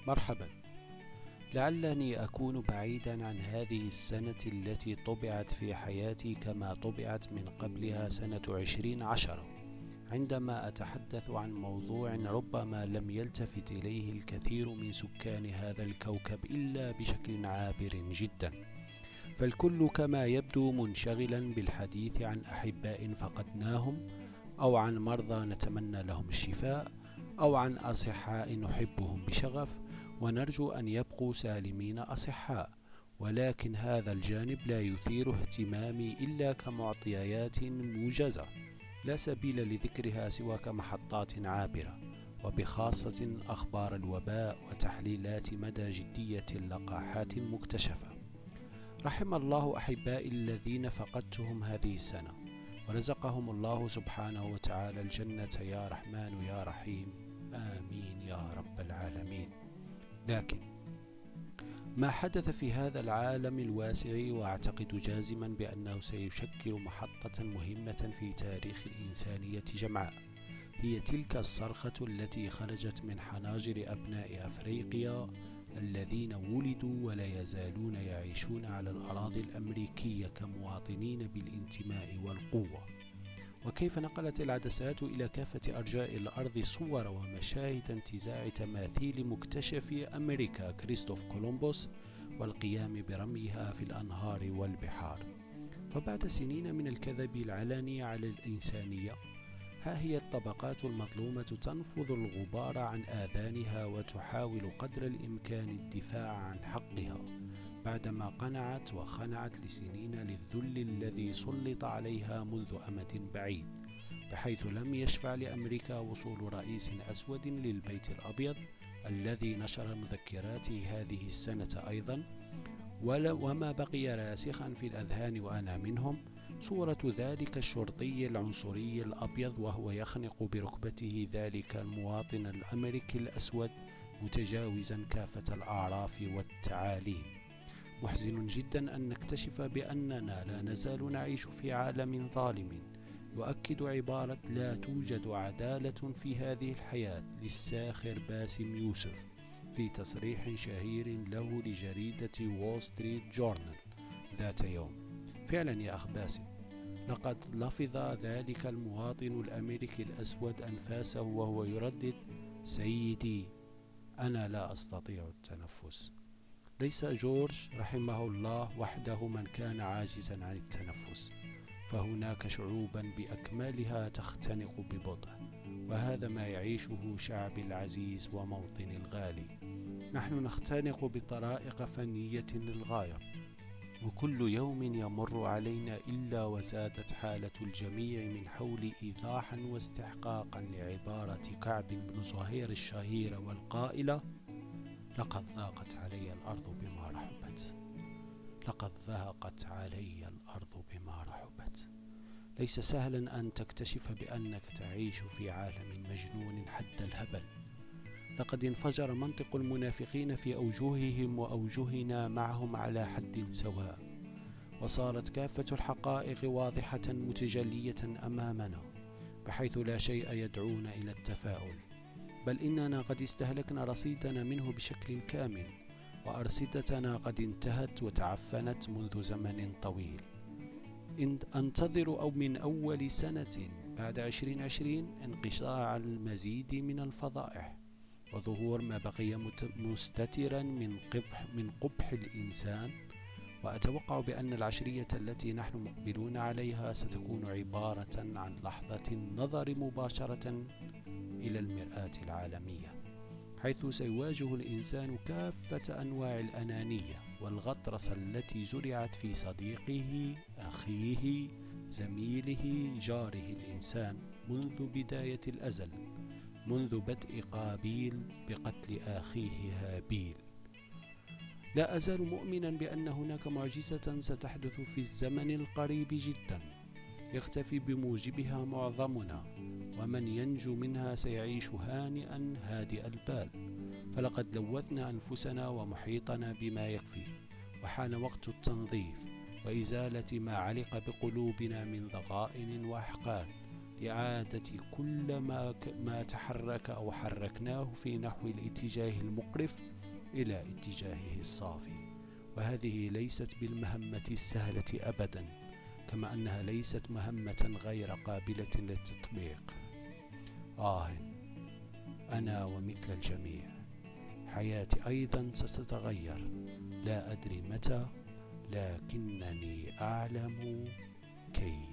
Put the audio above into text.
مرحبا. لعلني أكون بعيدا عن هذه السنة التي طبعت في حياتي كما طبعت من قبلها سنة 2010، عندما أتحدث عن موضوع ربما لم يلتفت إليه الكثير من سكان هذا الكوكب إلا بشكل عابر جدا، فالكل كما يبدو منشغلا بالحديث عن أحباء فقدناهم، أو عن مرضى نتمنى لهم الشفاء، أو عن أصحاء نحبهم بشغف ونرجو أن يبقوا سالمين أصحاء. ولكن هذا الجانب لا يثير اهتمامي إلا كمعطيات موجزة لا سبيل لذكرها سوى كمحطات عابرة، وبخاصة أخبار الوباء وتحليلات مدى جدية اللقاحات المكتشفة. رحم الله أحبائي الذين فقدتهم هذه السنة، ورزقهم الله سبحانه وتعالى الجنة يا رحمن يا رحيم، آمين يا رب العالمين. لكن ما حدث في هذا العالم الواسع، وأعتقد جازما بأنه سيشكل محطة مهمة في تاريخ الإنسانية جمعاء، هي تلك الصرخة التي خرجت من حناجر أبناء أفريقيا الذين ولدوا ولا يزالون يعيشون على الأراضي الأمريكية كمواطنين بالانتماء والقوة، وكيف نقلت العدسات إلى كافة أرجاء الأرض صور ومشاهد انتزاع تماثيل مكتشفي أمريكا كريستوف كولومبوس والقيام برميها في الأنهار والبحار. فبعد سنين من الكذب العلني على الإنسانية، ها هي الطبقات المظلومة تنفض الغبار عن آذانها وتحاول قدر الإمكان الدفاع عن حقها، بعدما قنعت وخنعت لسنين للذل الذي سلط عليها منذ أمد بعيد، بحيث لم يشفع لأمريكا وصول رئيس أسود للبيت الأبيض الذي نشر مذكراته هذه السنة أيضا، وما بقي راسخا في الأذهان وأنا منهم صورة ذلك الشرطي العنصري الأبيض وهو يخنق بركبته ذلك المواطن الأمريكي الأسود متجاوزا كافة الأعراف والتعاليم. محزن جدا أن نكتشف بأننا لا نزال نعيش في عالم ظالم، يؤكد عبارة لا توجد عدالة في هذه الحياة للساخر باسم يوسف في تصريح شهير له لجريدة وول ستريت جورنال ذات يوم. فعلا يا أخ باسم، لقد لفظ ذلك المواطن الأمريكي الأسود أنفاسه وهو يردد: سيدي، أنا لا أستطيع التنفس. ليس جورج رحمه الله وحده من كان عاجزا عن التنفس، فهناك شعوبا بأكملها تختنق ببطء، وهذا ما يعيشه شعبي العزيز وموطني الغالي. نحن نختنق بطرائق فنية للغاية، وكل يوم يمر علينا إلا وزادت حالة الجميع من حول إيضاحا واستحقاقا لعبارة كعب بن زهير الشهيرة والقائلة: لقد ضاقت علي الأرض بما رحبت، لقد ضاقت علي الأرض بما رحبت. ليس سهلا أن تكتشف بأنك تعيش في عالم مجنون حد الهبل. لقد انفجر منطق المنافقين في أوجههم وأوجهنا معهم على حد سواء، وصارت كافة الحقائق واضحة متجلية أمامنا، بحيث لا شيء يدعونا إلى التفاؤل، بل إننا قد استهلكنا رصيدنا منه بشكل كامل، وأرصدتنا قد انتهت وتعفنت منذ زمن طويل. أنتظر أو من أول سنة بعد 2020 انقشاع المزيد من الفضائح وظهور ما بقي مستترا من قبح الإنسان، وأتوقع بأن العشرية التي نحن مقبلون عليها ستكون عبارة عن لحظة النظر مباشرة إلى المرآة العالمية، حيث سيواجه الإنسان كافة أنواع الأنانية والغطرسة التي زرعت في صديقه، أخيه، زميله، جاره الإنسان منذ بداية الأزل، منذ بدء قابيل بقتل أخيه هابيل. لا أزال مؤمنا بأن هناك معجزة ستحدث في الزمن القريب جدا يختفي بموجبها معظمنا، ومن ينجو منها سيعيش هانئا هادئ البال. فلقد لوثنا أنفسنا ومحيطنا بما يكفي، وحان وقت التنظيف وإزالة ما علق بقلوبنا من ضغائن وأحقاد، لإعادة كل ما تحرك أو حركناه في نحو الاتجاه المقرف إلى اتجاهه الصافي. وهذه ليست بالمهمة السهلة أبدا، كما أنها ليست مهمة غير قابلة للتطبيق. أنا ومثل الجميع حياتي أيضا ستتغير، لا أدري متى، لكنني أعلم كيف.